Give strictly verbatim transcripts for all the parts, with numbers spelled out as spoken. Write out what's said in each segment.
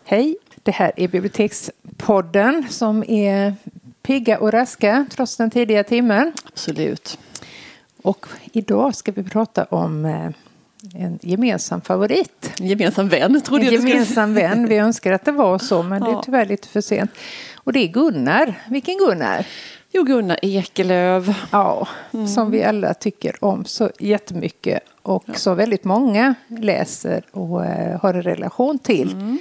Hej, det här är Bibliotekspodden som är pigga och raska trots den tidiga timmen. Absolut. Och idag ska vi prata om en gemensam favorit. En gemensam vän, trodde jag. En du gemensam skulle... vän. Vi önskar att det var så, men ja. Det är tyvärr lite för sent. Och det är Gunnar. Vilken Gunnar? Jo, Gunnar Ekelöf. Ja, mm. som vi alla tycker om så jättemycket. Och ja. Så väldigt många läser och uh, har en relation till. Mm.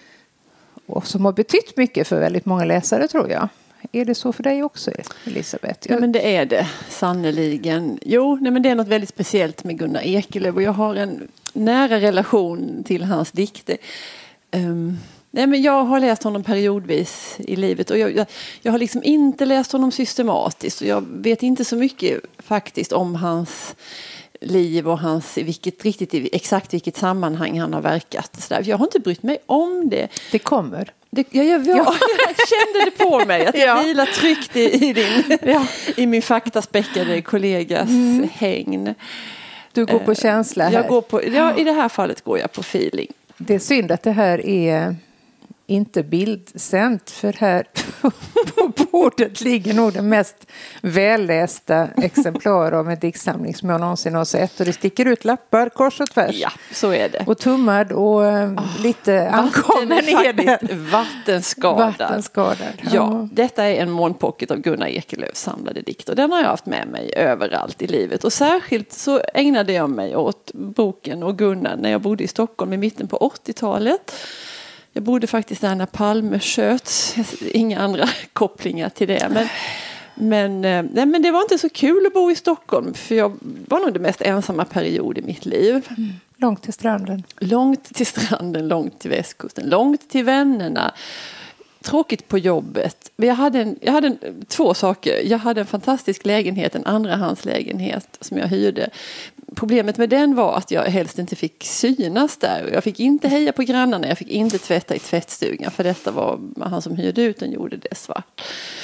Och som har betytt mycket för väldigt många läsare, tror jag. Är det så för dig också, Elisabeth? Ja, men det är det, sannoliken. Jo, nej, men det är något väldigt speciellt med Gunnar Ekelöf. Och jag har en nära relation till hans dikter. Um, nej, men jag har läst honom periodvis i livet. Och jag, jag, jag har liksom inte läst honom systematiskt. Och jag vet inte så mycket faktiskt om hans liv och hans, vilket, riktigt, exakt vilket sammanhang han har verkat. Så där. Jag har inte brytt mig om det. Det kommer. Det, jag, jag, jag, jag kände det på mig att det ja. vilar tryggt i, i, din, ja. i min faktaspäckade kollegas mm. hängn. Du går på uh, känsla här. Jag går på, ja, i det här fallet går jag på feeling. Det är synd att det här är inte bildsänt, för här på bordet ligger nog den mest vällästa exemplar av en diktsamling som jag någonsin har sett. Och det sticker ut lappar kors och tvärs. Ja, så är det. Och tummad och oh, lite ankommen är det. Vattenskadad. Vattenskadad. Ja. ja, detta är en månpocket av Gunnar Ekelöfs samlade dikter. Den har jag haft med mig överallt i livet. Och särskilt så ägnade jag mig åt boken och Gunnar när jag bodde i Stockholm i mitten på åttiotalet. Jag bodde faktiskt där när Palme sköts. Inga andra kopplingar till det. Men, men, nej, men det var inte så kul att bo i Stockholm. För jag var nog det mest ensamma period i mitt liv. Mm. Långt till stranden. Långt till stranden, långt till västkusten. Långt till vännerna. Tråkigt på jobbet. Men jag hade, en, jag hade en, två saker. Jag hade en fantastisk lägenhet, en andrahandslägenhet som jag hyrde. Problemet med den var att jag helst inte fick synas där. Jag fick inte heja på grannarna, jag fick inte tvätta i tvättstugan. För detta var han som hyrde ut den gjorde det svart.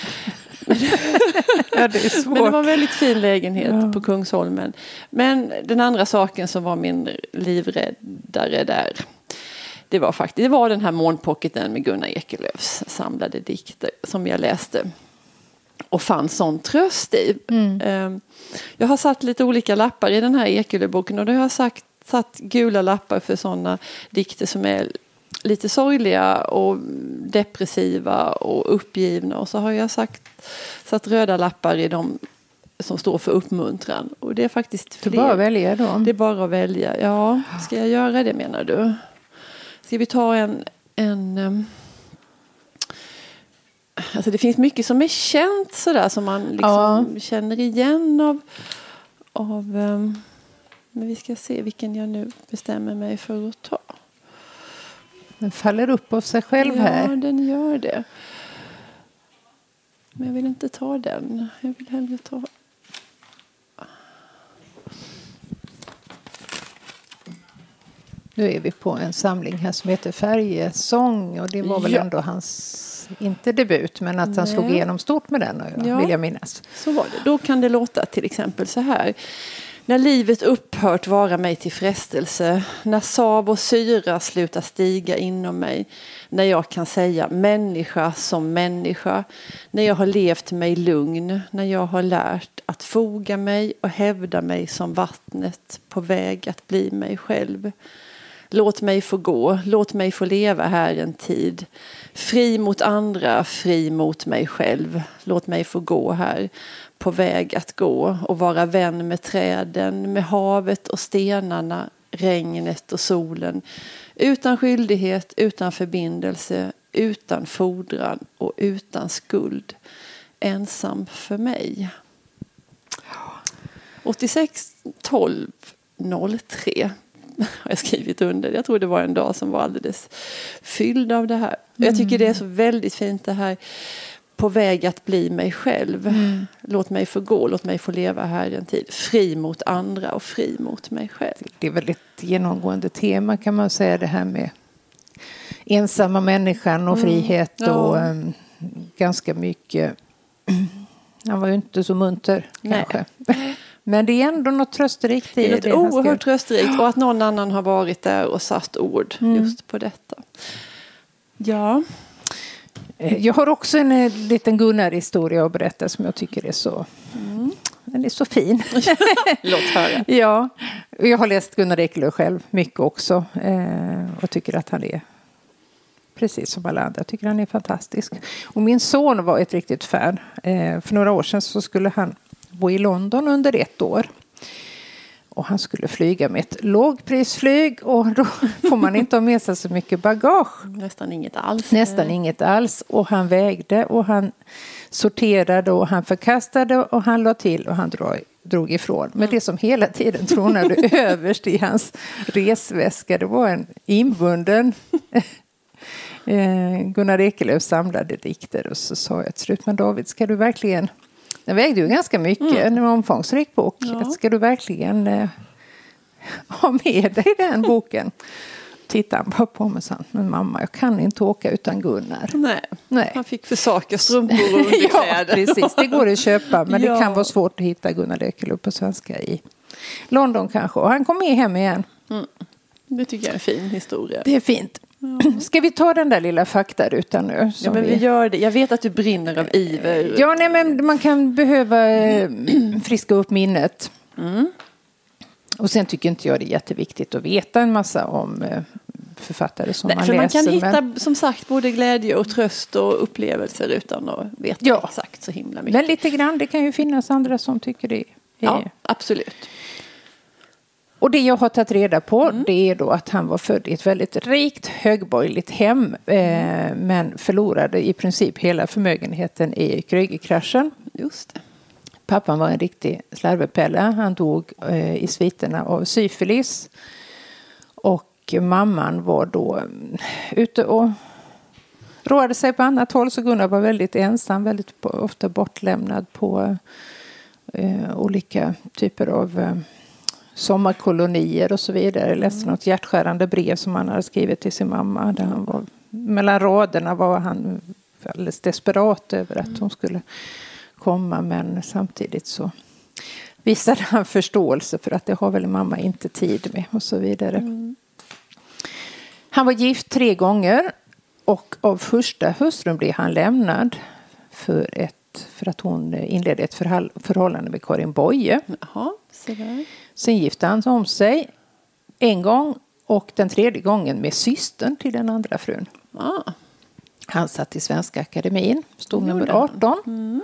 Ja, det är svårt. Men det var en väldigt fin lägenhet ja. på Kungsholmen. Men den andra saken som var min livräddare där. Det var faktiskt det var den här månpocketen med Gunnar Ekelöfs samlade dikter som jag läste och fann sån tröst i. Mm. Jag har satt lite olika lappar i den här Ekelöf-boken och då har jag sagt, satt gula lappar för sådana dikter som är lite sorgliga och depressiva och uppgivna, och så har jag sagt, satt röda lappar i de som står för uppmuntran, och det är faktiskt fler. Du bara välja då? Det är bara att välja, ja. Ska jag göra det, menar du? Ska vi ta en, en alltså det finns mycket som är känt sådär som man liksom ja. känner igen av, av men vi ska se vilken jag nu bestämmer mig för att ta. Den faller upp av sig själv ja, här. Ja, den gör det. Men jag vill inte ta den. Jag vill hellre ta... Nu är vi på en samling här som heter Färjesång, och det var väl ja. ändå hans, inte debut, men att Nej. han slog igenom stort med den, ja. vill jag minnas. Så var det. Då kan det låta till exempel så här. När livet upphört vara mig till frestelse, när sav och syra slutar stiga inom mig, när jag kan säga människa som människa, när jag har levt mig lugn, när jag har lärt att foga mig och hävda mig som vattnet på väg att bli mig själv. Låt mig få gå, låt mig få leva här en tid. Fri mot andra, fri mot mig själv. Låt mig få gå här på väg att gå och vara vän med träden, med havet och stenarna, regnet och solen. Utan skyldighet, utan förbindelse, utan fordran och utan skuld. Ensam för mig. åttiosex tolv noll tre har jag skrivit under. Jag tror det var en dag som var alldeles fylld av det här. Mm. Jag tycker det är så väldigt fint det här, på väg att bli mig själv. Mm. Låt mig få gå, låt mig få leva här en tid. Fri mot andra och fri mot mig själv. Det är väl ett genomgående tema, kan man säga, det här med ensamma människan och mm. frihet ja. och um, ganska mycket. Han var ju inte så munter kanske. Nej. Men det är ändå något trösterikt i det. Det är något oerhört ska... trösterikt, och att någon annan har varit där och satt ord mm. just på detta. Ja. Jag har också en, en liten Gunnar-historia att berätta som jag tycker är så, mm. den är så fin. Låt höra. Ja, jag har läst Gunnar Ekelöf själv mycket också eh, och tycker att han är precis som alla andra. Jag tycker han är fantastisk. Och min son var ett riktigt fan. Eh, för några år sedan så skulle han bo i London under ett år. Och han skulle flyga med ett lågprisflyg och då får man inte ha med sig så mycket bagage. Nästan inget alls. Nästan inget alls. Och han vägde och han sorterade och han förkastade och han la till och han drog, drog ifrån. Men det som hela tiden tronade överst i hans resväska, det var en inbunden Gunnar Ekelöf samlade dikter. Och så sa jag till slut, men David, ska du verkligen... Den vägde ju ganska mycket, mm. en omfångsrik bok. Ja. Ska du verkligen eh, ha med dig den boken? Titta han bara på mig och sa, men mamma, jag kan inte åka utan Gunnar. Nej, Nej. Han fick försaka strumpor och underkläder. Ja, precis. Det går att köpa, men ja. det kan vara svårt att hitta Gunnar Ekelöf på svenska i London kanske. Och han kom med hem igen. Mm. Det tycker jag är en fin historia. Det är fint. Ja. Ska vi ta den där lilla faktarutan nu? Ja, men vi... vi gör det. Jag vet att du brinner av iver. Ja, nej, men man kan behöva eh, friska upp minnet. Mm. Och sen tycker inte jag det är jätteviktigt att veta en massa om eh, författare som nej, man för läser. Man kan hitta, men... som sagt, både glädje och tröst och upplevelser utan att veta ja. exakt så himla mycket. Men lite grann, det kan ju finnas andra som tycker det är... Ja, absolut. Och det jag har tagit reda på, mm. det är då att han var född i ett väldigt rikt högborgerligt hem. Eh, men förlorade i princip hela förmögenheten i Kreugerkraschen. Just det. Pappan var en riktig slarvepelle. Han dog eh, i sviterna av syfilis. Och mamman var då um, ute och roade sig på annat håll. Så Gunnar var väldigt ensam, väldigt ofta bortlämnad på eh, olika typer av... Eh, sommarkolonier och så vidare. Jag läste mm. något hjärtskärande brev som han hade skrivit till sin mamma. Där han var, mellan raderna var han alldeles desperat över att mm. hon skulle komma. Men samtidigt så visade han förståelse för att det har väl mamma inte tid med och så vidare. Mm. Han var gift tre gånger och av första hustrun blev han lämnad för, ett, för att hon inledde ett förhåll, förhållande med Karin Boye. Jaha, så där. Sen gifte han om sig en gång och den tredje gången med systern till den andra frun. Ah. Han satt i Svenska Akademin, stod nummer arton. Mm.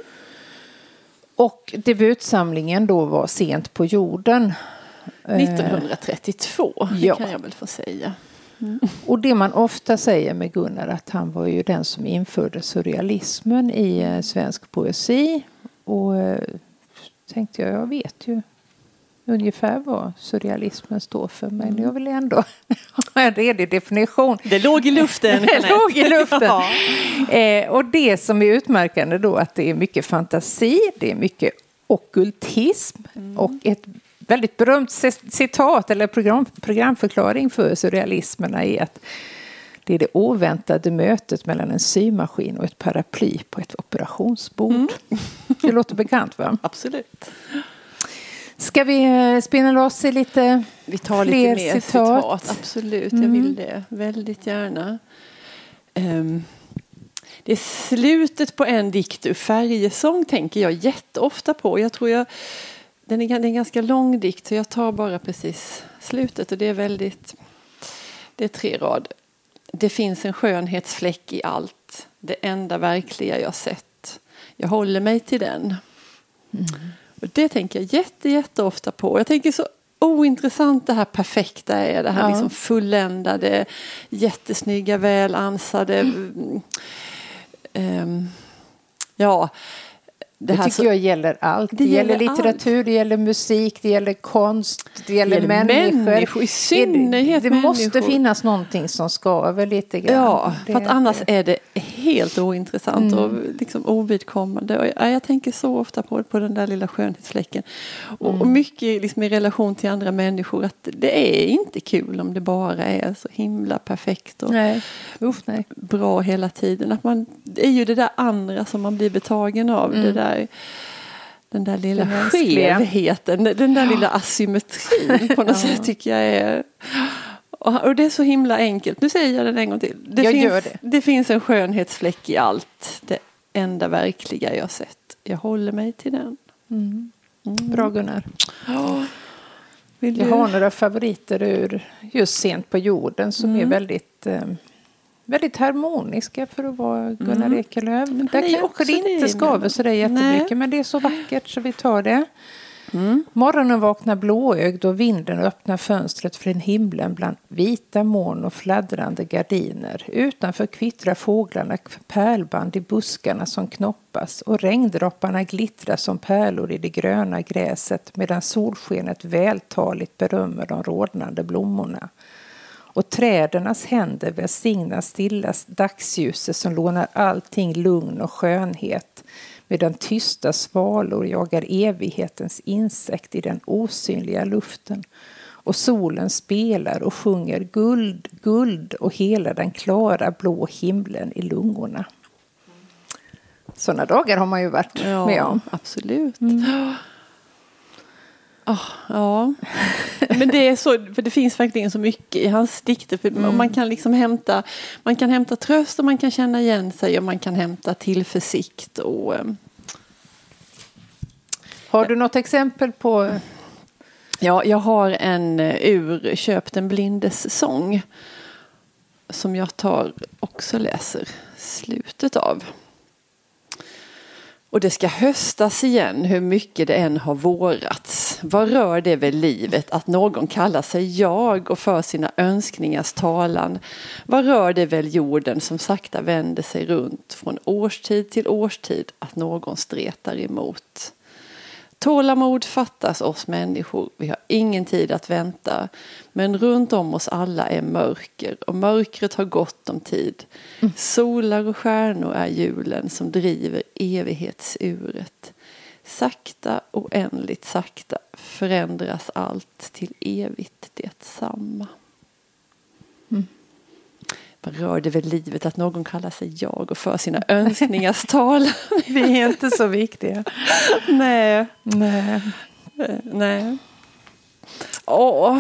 Och debutsamlingen då var Sent på jorden. nittonhundratrettiotvå, det ja. kan jag väl få säga. Mm. Och det man ofta säger med Gunnar att han var ju den som införde surrealismen i eh, svensk poesi. Och eh, tänkte jag, jag vet ju ungefär vad surrealismen står för. Men mm. jag vill ändå ha en redig definition. Det låg i luften. det låg i luften. Ja. Eh, och det som är utmärkande då att det är mycket fantasi, det är mycket ockultism mm. och ett väldigt berömt citat eller program, programförklaring för surrealismerna är att det är det oväntade mötet mellan en symaskin och ett paraply på ett operationsbord. Mm. Det låter bekant, va? Absolut. Ska vi spinna loss i lite Vi tar fler lite mer citat? citat. Absolut, Mm. jag vill det. Väldigt gärna. Um, det är slutet på en dikt ur Färjesång tänker jag jätteofta på. Jag tror jag, den är, det är en ganska lång dikt så jag tar bara precis slutet. Och det är väldigt, det är tre rad. Det finns en skönhetsfläck i allt. Det enda verkliga jag sett. Jag håller mig till den. Mm. Och det tänker jag jätte, jätte ofta på. Jag tänker så ointressant det här perfekta är. Det här ja. liksom fulländade, jättesnygga, välansade. Mm. Um, ja, det, det tycker så, jag gäller allt. Det, det gäller, gäller litteratur, allt. Det gäller musik, det gäller konst, det gäller, det gäller människor. människor. I synnerhet Det, det måste finnas någonting som skaver lite grann. Ja, det, för att annars är det helt ointressant mm. och liksom ovidkommande. Och jag, jag tänker så ofta på, på den där lilla skönhetsfläcken. Och, mm. och mycket liksom i relation till andra människor att det är inte kul om det bara är så himla perfekt och nej. Uff, nej. bra hela tiden. Att man, det är ju det där andra som man blir betagen av. Mm. Det där den där lilla den skevheten, den där lilla asymmetrin på något ja. sätt tycker jag är Och, och det är så himla enkelt. Nu säger jag den en gång till. Det, jag finns, gör det. det finns en skönhetsfläck i allt. Det enda verkliga jag sett. Jag håller mig till den. Mm. Mm. Bra Gunnar. Ja. Vill jag du? har några favoriter ur just Sent på jorden som Mm. är väldigt, eh, väldigt harmoniska för att vara Gunnar Mm. Ekelöf. Men Där det är kanske också det inte det, skaver men- så det är jättemycket, Nej. men det är så vackert så vi tar det. Mm. Morgonen vaknar blåögd och vinden öppnar fönstret för en himlen bland vita moln och fladdrande gardiner. Utanför kvittrar fåglarna pärlband i buskarna som knoppas och regndropparna glittrar som pärlor i det gröna gräset medan solskenet vältaligt berömmer de rodnande blommorna. Och trädernas händer välsignar stilla dagsljuset som lånar allting lugn och skönhet. Medan tysta svalor jagar evighetens insekt i den osynliga luften. Och solen spelar och sjunger guld, guld och hela den klara blå himlen i lungorna. Sådana dagar har man ju varit Ja, med om. absolut. Mm. Oh, ja, men det är så, för det finns verkligen så mycket i hans dikter. För Mm. man kan liksom hämta, man kan hämta tröst och man kan känna igen sig och man kan hämta tillförsikt och um, Har du något exempel på? ja, jag har en uh, ur Köp den blindes sång som jag tar också läser slutet av. Och det ska höstas igen hur mycket det än har vårats. Vad rör det väl livet att någon kallar sig jag och för sina önskningars talan? Vad rör det väl jorden som sakta vänder sig runt från årstid till årstid att någon stretar emot? Tålamod fattas oss människor, vi har ingen tid att vänta. Men runt om oss alla är mörker och mörkret har gott om tid. Mm. Solar och stjärnor är hjulen som driver evighetsuret. Sakta, oändligt sakta förändras allt till evigt detsamma. Mm. Vad rör det väl livet att någon kallar sig jag och för sina önskningars talan? Vi är inte så viktiga. Nej. Nej. Nej. Åh.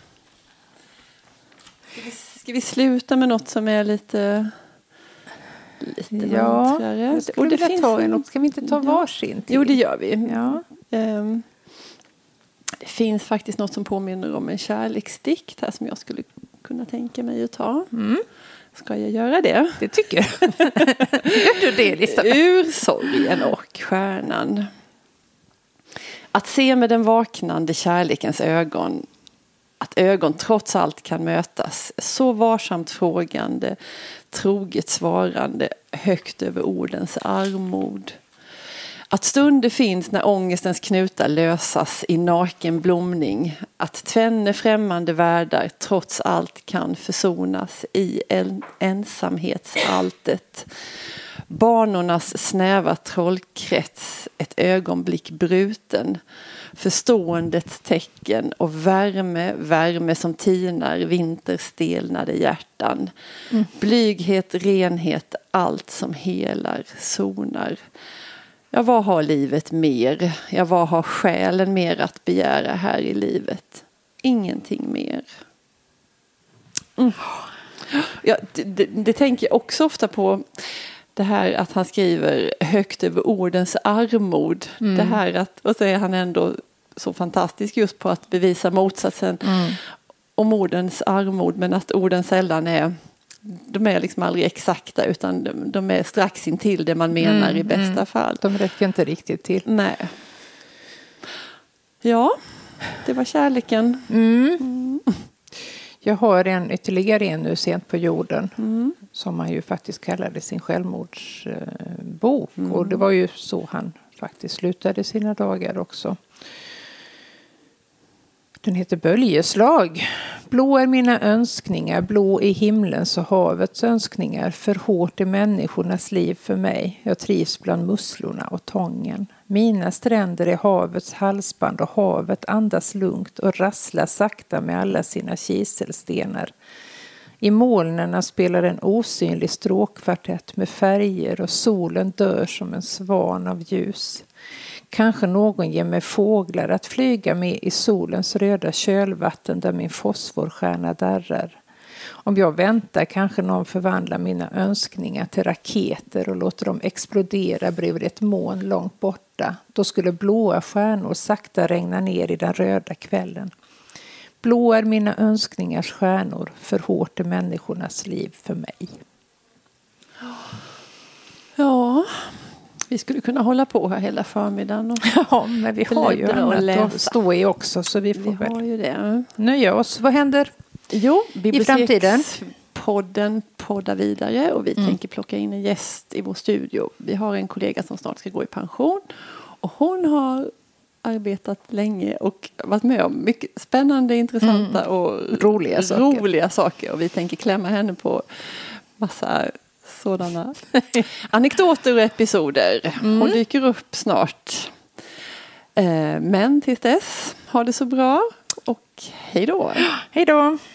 Ska vi, ska vi sluta med något som är lite lite ja, muntrare? jag skulle vilja finns ta en, en, ska vi inte ta varsin till? Jo, det gör vi. Ja. Um, det finns faktiskt något som påminner om en kärleksdikt här som jag skulle kunna tänka mig att ta. Mm. Ska jag göra det? Det tycker jag. Gör du det, Elisabeth? Ur sorgen och stjärnan. Att se med den vaknande kärlekens ögon, att ögon trots allt kan mötas, så varsamt frågande, troget svarande, högt över ordens armod. Att stunder finns när ångestens knutar lösas i naken blomning, att tvenne främmande världar trots allt kan försonas i en ensamhetsaltet. Banornas snäva trollkrets, ett ögonblick bruten, förståendets tecken och värme, värme som tinar vinterstelnade hjärtan. Mm. Blyghet, renhet, allt som helar, sonar. Ja, vad har livet mer? Ja, vad har själen mer att begära här i livet? Ingenting mer. Mm. Ja, det, det, det tänker jag också ofta på. Det här att han skriver högt över ordens armod. Mm. Det här att, och så är han ändå så fantastisk just på att bevisa motsatsen mm. om ordens armod. Men att orden sällan är, de är liksom aldrig exakta utan de, de är strax intill det man menar mm. i bästa mm. fall. De räcker inte riktigt till. Nej. Ja, det var kärleken. Mm. Mm. Jag har en ytterligare en nu, Sent på jorden, mm. som han ju faktiskt kallade sin självmordsbok. Mm. Och det var ju så han faktiskt slutade sina dagar också. Den heter Böljeslag. Blå är mina önskningar, blå är himlens och havets önskningar. För hårt är människornas liv för mig. Jag trivs bland musslorna och tången. Mina stränder är havets halsband och havet andas lugnt och rasslar sakta med alla sina kiselstenar. I molnerna spelar en osynlig stråkkvartett med färger och solen dör som en svan av ljus. Kanske någon ger mig fåglar att flyga med i solens röda kölvatten där min fosforstjärna darrar. Om jag väntar kanske någon förvandlar mina önskningar till raketer och låter dem explodera bredvid ett moln långt borta. Då skulle blåa stjärnor sakta regna ner i den röda kvällen. Blå är mina önskningars stjärnor, för hårt är människornas liv för mig. Ja, vi skulle kunna hålla på här hela förmiddagen. Och ja, men vi har ju annat att stå i också, så vi får vi har ju det. nöja oss. Vad händer jo, i framtiden? Podden poddar vidare och vi mm. tänker plocka in en gäst i vår studio. Vi har en kollega som snart ska gå i pension och hon har arbetat länge och varit med om mycket spännande, intressanta mm. och roliga saker. roliga saker. Och vi tänker klämma henne på massa sådana anekdoter och episoder. Mm. Hon dyker upp snart. Men tills dess, ha det så bra och hej då. Hej då.